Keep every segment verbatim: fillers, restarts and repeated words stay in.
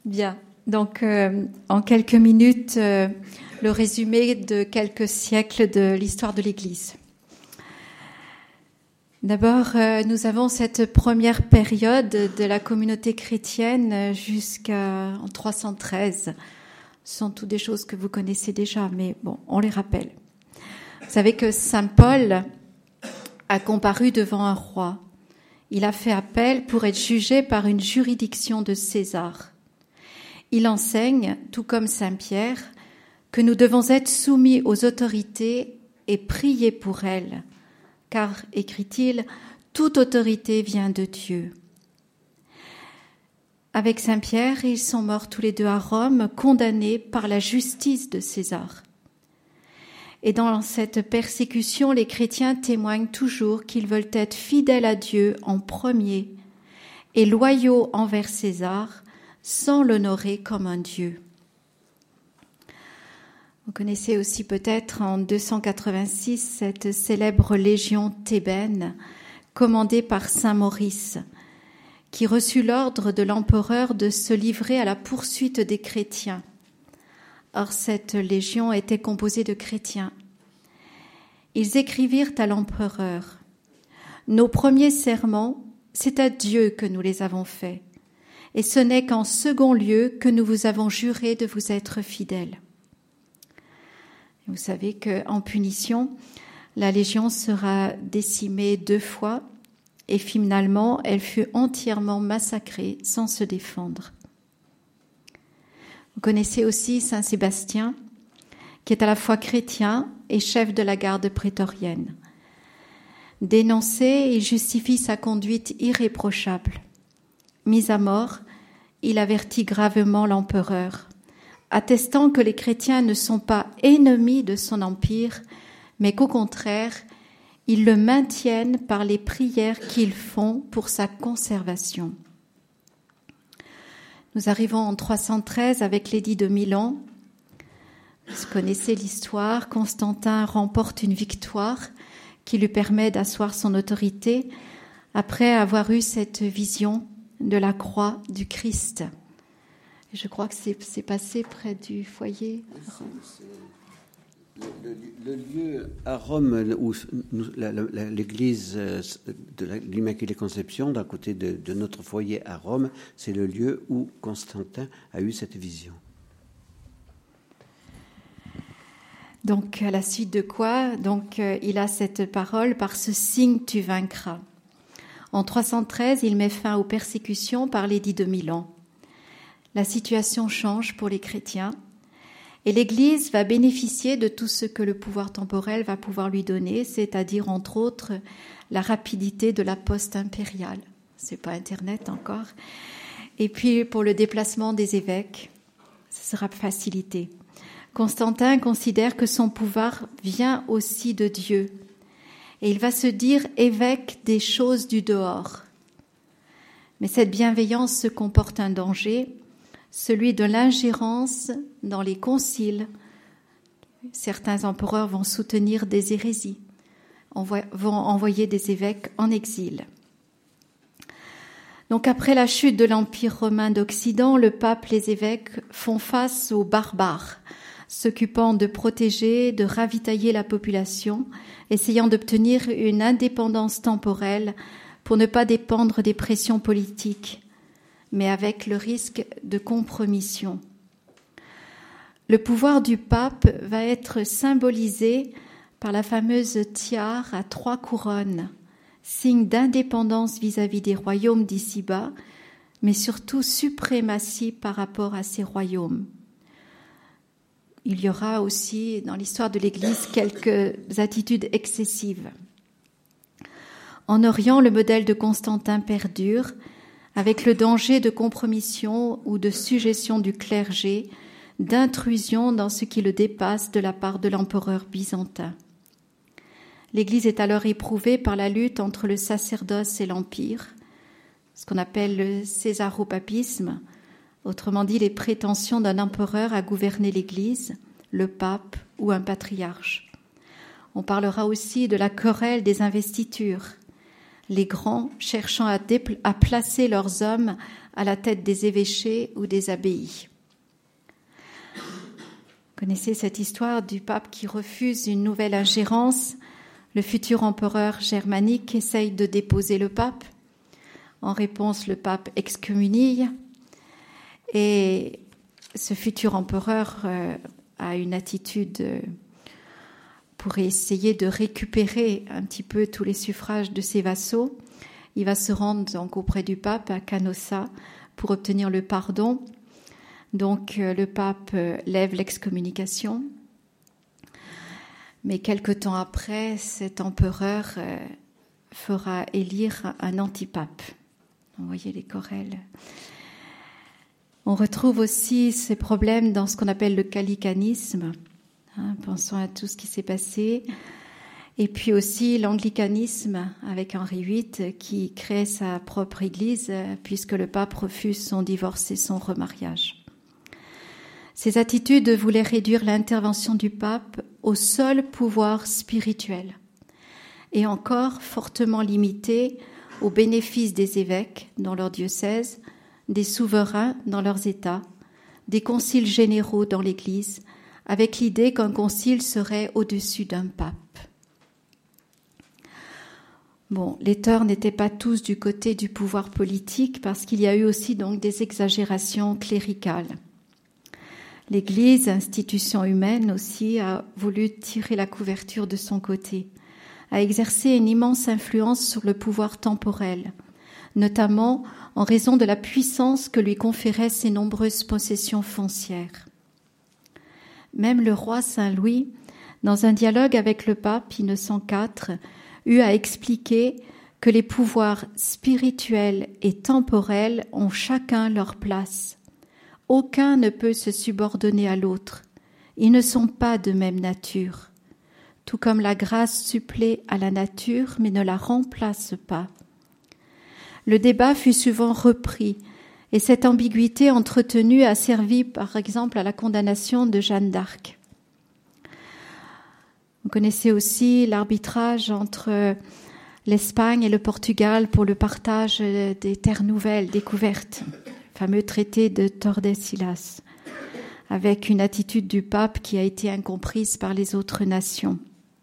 Bien. Donc, euh, en quelques minutes, euh, le résumé de quelques siècles de l'histoire de l'Église. D'abord, euh, nous avons cette première période de la communauté chrétienne jusqu'en trois cent treize. Ce sont toutes des choses que vous connaissez déjà, mais bon, on les rappelle. Vous savez que saint Paul a comparu devant un roi. Il a fait appel pour être jugé par une juridiction de César. Il enseigne, tout comme saint Pierre, que nous devons être soumis aux autorités et prier pour elles, car, écrit-il, toute autorité vient de Dieu. Avec saint Pierre, ils sont morts tous les deux à Rome, condamnés par la justice de César. Et dans cette persécution, les chrétiens témoignent toujours qu'ils veulent être fidèles à Dieu en premier et loyaux envers César, sans l'honorer comme un dieu. Vous connaissez aussi peut-être en deux cent quatre-vingt-six cette célèbre légion thébaine commandée par saint Maurice, qui reçut l'ordre de l'empereur de se livrer à la poursuite des chrétiens. Or, cette légion était composée de chrétiens. Ils écrivirent à l'empereur : « Nos premiers serments, c'est à Dieu que nous les avons faits. Et ce n'est qu'en second lieu que nous vous avons juré de vous être fidèles. » Vous savez qu'en punition, la Légion sera décimée deux fois et finalement, elle fut entièrement massacrée sans se défendre. Vous connaissez aussi saint Sébastien, qui est à la fois chrétien et chef de la garde prétorienne. Dénoncé, il justifie sa conduite irréprochable. Mis à mort, il avertit gravement l'empereur, attestant que les chrétiens ne sont pas ennemis de son empire, mais qu'au contraire, ils le maintiennent par les prières qu'ils font pour sa conservation. Nous arrivons en trois cent treize avec l'édit de Milan. Vous connaissez l'histoire, Constantin remporte une victoire qui lui permet d'asseoir son autorité après avoir eu cette vision de la croix du Christ. Je crois que c'est, c'est passé près du foyer. Le, le, le lieu à Rome où nous, la, la, l'église de l'Immaculée Conception, d'un côté de, de notre foyer à Rome, c'est le lieu où Constantin a eu cette vision. Donc, à la suite de quoi, donc, euh, il a cette parole : « Par ce signe, tu vaincras ». En trois cent treize, il met fin aux persécutions par l'édit de Milan. La situation change pour les chrétiens et l'Église va bénéficier de tout ce que le pouvoir temporel va pouvoir lui donner, c'est-à-dire, entre autres, la rapidité de la poste impériale. C'est pas Internet encore. Et puis, pour le déplacement des évêques, ce sera facilité. Constantin considère que son pouvoir vient aussi de Dieu. Et il va se dire évêque des choses du dehors. Mais cette bienveillance se comporte un danger, celui de l'ingérence dans les conciles. Certains empereurs vont soutenir des hérésies, vont envoyer des évêques en exil. Donc après la chute de l'Empire romain d'Occident, le pape, les évêques font face aux barbares, s'occupant de protéger, de ravitailler la population, essayant d'obtenir une indépendance temporelle pour ne pas dépendre des pressions politiques, mais avec le risque de compromission. Le pouvoir du pape va être symbolisé par la fameuse tiare à trois couronnes, signe d'indépendance vis-à-vis des royaumes d'ici-bas, mais surtout suprématie par rapport à ces royaumes. Il y aura aussi, dans l'histoire de l'Église, quelques attitudes excessives. En Orient, le modèle de Constantin perdure, avec le danger de compromission ou de sujétion du clergé, d'intrusion dans ce qui le dépasse de la part de l'empereur byzantin. L'Église est alors éprouvée par la lutte entre le sacerdoce et l'empire, ce qu'on appelle le césaropapisme, autrement dit les prétentions d'un empereur à gouverner l'Église, le pape ou un patriarche. On parlera aussi de la querelle des investitures, les grands cherchant à, dépl- à placer leurs hommes à la tête des évêchés ou des abbayes. Vous connaissez cette histoire du pape qui refuse une nouvelle ingérence. Le futur empereur germanique essaye de déposer le pape. En réponse, le pape excommunie. Et ce futur empereur euh, a une attitude euh, pour essayer de récupérer un petit peu tous les suffrages de ses vassaux. Il va se rendre donc auprès du pape à Canossa pour obtenir le pardon. Donc euh, le pape euh, lève l'excommunication. Mais quelque temps après, cet empereur euh, fera élire un antipape. Vous voyez les querelles. On retrouve aussi ces problèmes dans ce qu'on appelle le gallicanisme. Hein, pensons à tout ce qui s'est passé. Et puis aussi l'anglicanisme avec Henri huit qui crée sa propre église puisque le pape refuse son divorce et son remariage. Ces attitudes voulaient réduire l'intervention du pape au seul pouvoir spirituel et encore fortement limité au bénéfice des évêques dans leur diocèse, des souverains dans leurs États, des conciles généraux dans l'Église, avec l'idée qu'un concile serait au-dessus d'un pape. Bon, les torts n'étaient pas tous du côté du pouvoir politique parce qu'il y a eu aussi donc des exagérations cléricales. L'Église, institution humaine aussi, a voulu tirer la couverture de son côté, a exercé une immense influence sur le pouvoir temporel, notamment en raison de la puissance que lui conféraient ses nombreuses possessions foncières. Même le roi Saint-Louis, dans un dialogue avec le pape Pie cent quatre, eut à expliquer que les pouvoirs spirituels et temporels ont chacun leur place. Aucun ne peut se subordonner à l'autre. Ils ne sont pas de même nature. Tout comme la grâce supplée à la nature, mais ne la remplace pas. Le débat fut souvent repris, et cette ambiguïté entretenue a servi, par exemple, à la condamnation de Jeanne d'Arc. Vous connaissez aussi l'arbitrage entre l'Espagne et le Portugal pour le partage des terres nouvelles découvertes, le fameux traité de Tordesillas, avec une attitude du pape qui a été incomprise par les autres nations.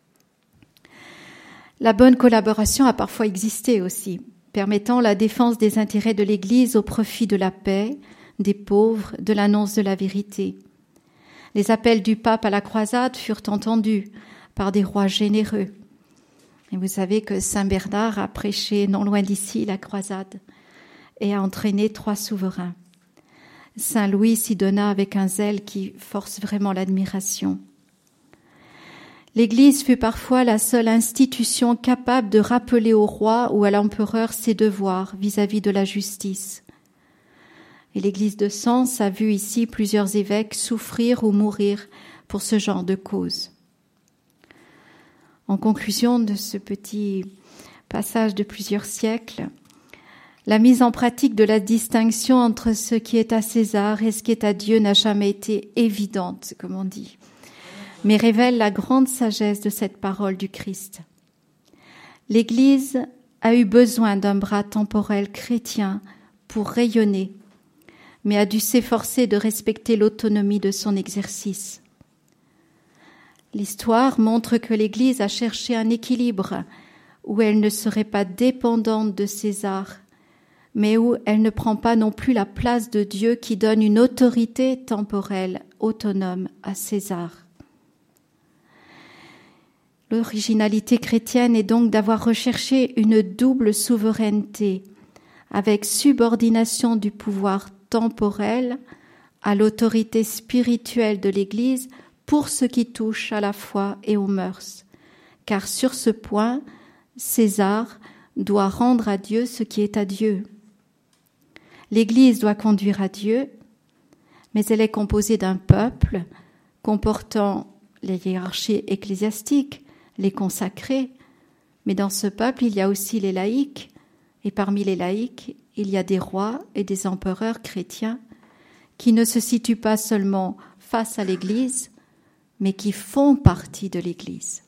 La bonne collaboration a parfois existé aussi, permettant la défense des intérêts de l'Église au profit de la paix, des pauvres, de l'annonce de la vérité. Les appels du pape à la croisade furent entendus par des rois généreux. Et vous savez que Saint Bernard a prêché non loin d'ici la croisade et a entraîné trois souverains. Saint Louis s'y donna avec un zèle qui force vraiment l'admiration. L'Église fut parfois la seule institution capable de rappeler au roi ou à l'empereur ses devoirs vis-à-vis de la justice. Et l'Église de Sens a vu ici plusieurs évêques souffrir ou mourir pour ce genre de cause. En conclusion de ce petit passage de plusieurs siècles, la mise en pratique de la distinction entre ce qui est à César et ce qui est à Dieu n'a jamais été évidente, comme on dit, mais révèle la grande sagesse de cette parole du Christ. L'Église a eu besoin d'un bras temporel chrétien pour rayonner, mais a dû s'efforcer de respecter l'autonomie de son exercice. L'histoire montre que l'Église a cherché un équilibre où elle ne serait pas dépendante de César, mais où elle ne prend pas non plus la place de Dieu qui donne une autorité temporelle autonome à César. L'originalité chrétienne est donc d'avoir recherché une double souveraineté avec subordination du pouvoir temporel à l'autorité spirituelle de l'Église pour ce qui touche à la foi et aux mœurs. Car sur ce point, César doit rendre à Dieu ce qui est à Dieu. L'Église doit conduire à Dieu, mais elle est composée d'un peuple comportant les hiérarchies ecclésiastiques, les consacrés, mais dans ce peuple, il y a aussi les laïcs, et parmi les laïcs, il y a des rois et des empereurs chrétiens qui ne se situent pas seulement face à l'Église, mais qui font partie de l'Église.